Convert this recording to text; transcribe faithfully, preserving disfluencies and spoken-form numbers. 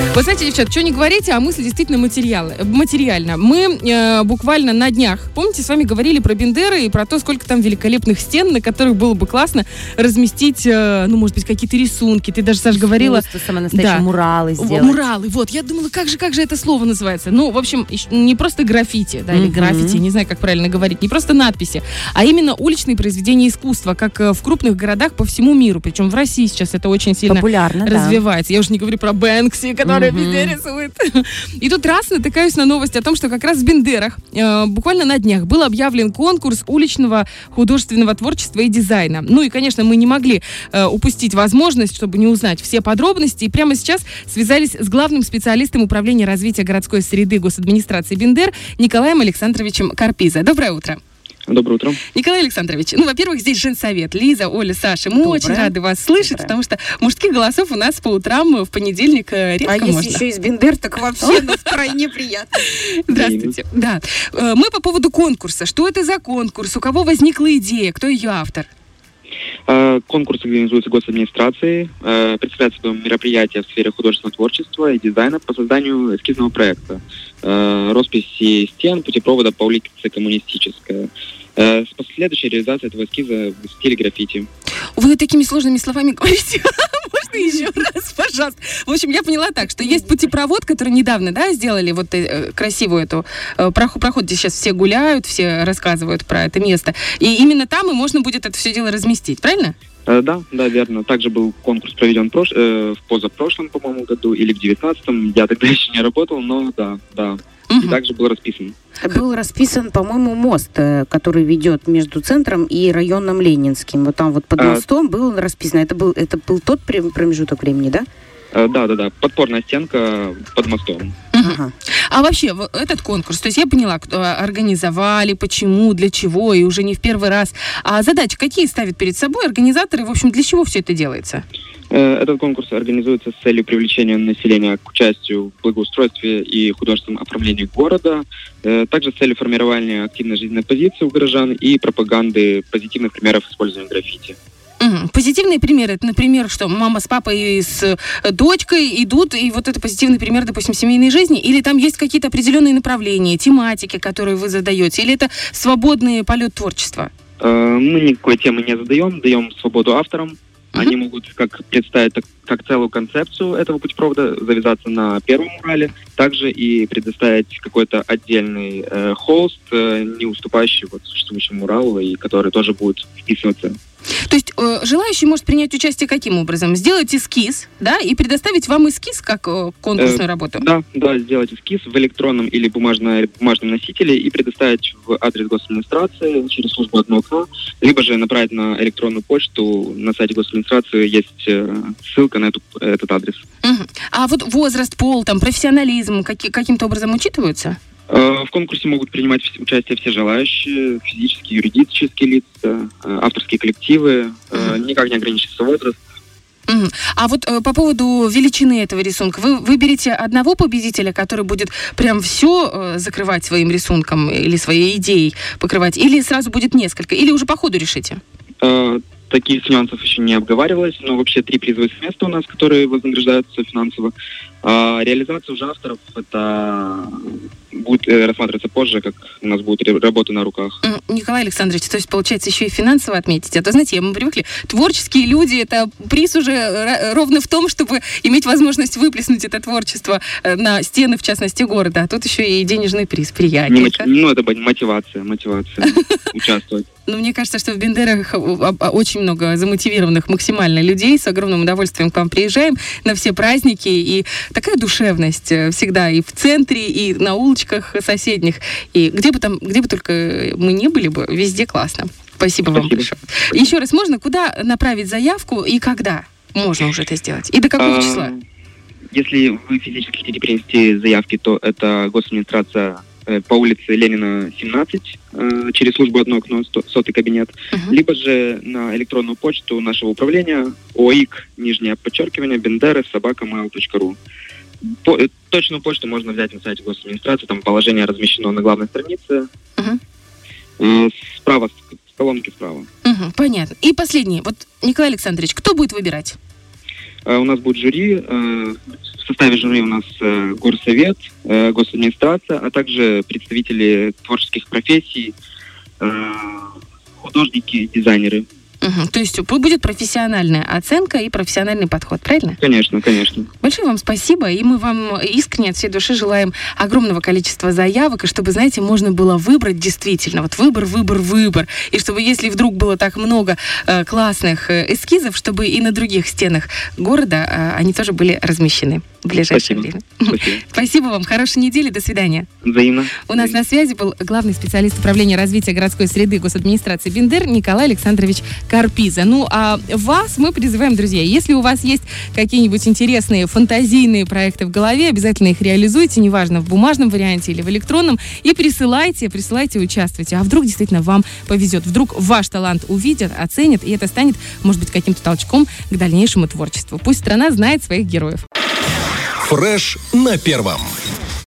Вы знаете, девчат, что не говорите, а мысль действительно материальна. Мы э, буквально на днях, помните, с вами говорили про Бендеры и про то, сколько там великолепных стен, на которых было бы классно разместить, э, ну, может быть, какие-то рисунки. Ты даже, Саш, говорила... Самые настоящие да. муралы сделать. Муралы, вот. Я думала, как же, как же это слово называется? Ну, в общем, не просто граффити, да, или mm-hmm. граффити, не знаю, как правильно говорить, не просто надписи, а именно уличные произведения искусства, как в крупных городах по всему миру. Причем в России сейчас это очень сильно популярно, развивается. Да. Я уже не говорю про Бэнкси, который mm-hmm. везде рисует. И тут раз натыкаюсь на новость о том, что как раз в Бендерах э, буквально на днях был объявлен конкурс уличного художественного творчества и дизайна. Ну и, конечно, мы не могли э, упустить возможность, чтобы не узнать все подробности. И прямо сейчас связались с главным специалистом Управления развития городской среды госадминистрации Бендер Николаем Александровичем Карпиза. Доброе утро. Доброе утро. Николай Александрович, ну, во-первых, здесь женсовет. Лиза, Оля, Саша, мы Доброе. очень рады вас слышать, Доброе. потому что мужских голосов у нас по утрам в понедельник редко а можно. А если еще из Бендер, так вообще ну, втройне приятно. Здравствуйте. Да. Мы по поводу конкурса. Что это за конкурс? У кого возникла идея? Кто ее автор? Конкурс организуется госадминистрацией. Представляется мероприятие в сфере художественного творчества и дизайна по созданию эскизного проекта. Росписи стен путепровода по улице Коммунистическая. С последующей реализацией этого эскиза в стиле граффити. Вы такими сложными словами говорите. Можно еще раз, пожалуйста? В общем, я поняла так, что есть путепровод, который недавно, да, сделали вот э, красивую эту э, проход, проход, где сейчас все гуляют, все рассказывают про это место. И именно там и можно будет это все дело разместить, правильно? Э, да, да, верно. Также был конкурс проведен прош... э, в позапрошлом, по-моему, году, или в девятнадцатом. Я тогда еще не работал, но да, да. Угу. И также был расписан. Был расписан, по-моему, мост, который ведет между центром и районом Ленинским. Вот там вот под мостом а... был расписан. Это был, это был тот промежуток времени, да? Да, да, да. Подпорная стенка под мостом. Ага. А вообще, этот конкурс, то есть я поняла, кто организовали, почему, для чего, и уже не в первый раз. А задачи какие ставят перед собой организаторы? В общем, для чего все это делается? Этот конкурс организуется с целью привлечения населения к участию в благоустройстве и художественном оформлении города, также с целью формирования активной жизненной позиции у горожан и пропаганды позитивных примеров использования граффити. Угу. Позитивные примеры, это, например, что мама с папой и с дочкой идут, и вот это позитивный пример, допустим, семейной жизни, или там есть какие-то определенные направления, тематики, которые вы задаете, или это свободный полет творчества? Мы никакой темы не задаем, даем свободу авторам. Uh-huh. Они могут как представить так, как целую концепцию этого путепровода, завязаться на первом мурале, также и предоставить какой-то отдельный э, холст, э, не уступающий вот существующему муралу, и который тоже будет вписываться. То есть э, желающий может принять участие каким образом? Сделать эскиз, да, и предоставить вам эскиз как э, конкурсную э, работу? Да, да, сделать эскиз в электронном или бумажно, бумажном носителе и предоставить в адрес госадминистрации через службу «Одно окно», либо же направить на электронную почту. На сайте госадминистрации есть э, ссылка на эту, этот адрес. Угу. А вот возраст, пол, там, профессионализм каки- каким-то образом учитываются? В конкурсе могут принимать участие все желающие, физические, юридические лица, авторские коллективы, uh-huh. никак не ограничивается возраст. Uh-huh. А вот э, по поводу величины этого рисунка, вы выберете одного победителя, который будет прям все э, закрывать своим рисунком или своей идеей покрывать, или сразу будет несколько, или уже по ходу решите? Uh, Таких нюансов еще не обговаривалось, но вообще три призовых места у нас, которые вознаграждаются финансово. А реализация уже авторов, это будет рассматриваться позже, как у нас будет работа на руках. Николай Александрович, то есть, получается, еще и финансово отметите. А то, знаете, мы привыкли, творческие люди, это приз уже ровно в том, чтобы иметь возможность выплеснуть это творчество на стены, в частности, города. А тут еще и денежный приз, приятнее. Ну, это мотивация, мотивация участвовать. Но мне кажется, что в Бендерах очень много замотивированных максимально людей. С огромным удовольствием к вам приезжаем на все праздники. И такая душевность всегда и в центре, и на улочках соседних. И где бы там, где бы только мы не были бы, везде классно. Спасибо, Спасибо. вам большое. Еще раз, можно куда направить заявку и когда можно уже это сделать? И до какого а, числа? Если вы физически хотите принести заявки, то это госадминистрация по улице Ленина, семнадцать, через службу «Одно окно», сотый кабинет, uh-huh. либо же на электронную почту нашего управления оик, нижнее подчеркивание, бендеры, собака, mail точка ру. По, точную почту можно взять на сайте госадминистрации, там положение размещено на главной странице. Uh-huh. Справа, с колонки справа. Uh-huh, понятно. И последнее. Вот, Николай Александрович, кто будет выбирать? У нас будет жюри, в составе жюри у нас э, горсовет, э, госадминистрация, а также представители творческих профессий, э, художники, дизайнеры. Угу. То есть будет профессиональная оценка и профессиональный подход, правильно? Конечно, конечно. Большое вам спасибо, и мы вам искренне от всей души желаем огромного количества заявок, и чтобы, знаете, можно было выбрать действительно, вот выбор, выбор, выбор, и чтобы, если вдруг было так много э, классных э, эскизов, чтобы и на других стенах города э, они тоже были размещены в ближайшее Спасибо. время. Спасибо. Спасибо вам, хорошей недели, до свидания. Взаимно. У нас на связи был главный специалист управления развития городской среды госадминистрации БНДР Николай Александрович Карпиза. Ну, а вас мы призываем, друзья, если у вас есть какие-нибудь интересные фантазийные проекты в голове, обязательно их реализуйте, неважно, в бумажном варианте или в электронном, и присылайте, присылайте, участвуйте. А вдруг действительно вам повезет, вдруг ваш талант увидят, оценят, и это станет, может быть, каким-то толчком к дальнейшему творчеству. Пусть страна знает своих героев. Фреш на первом.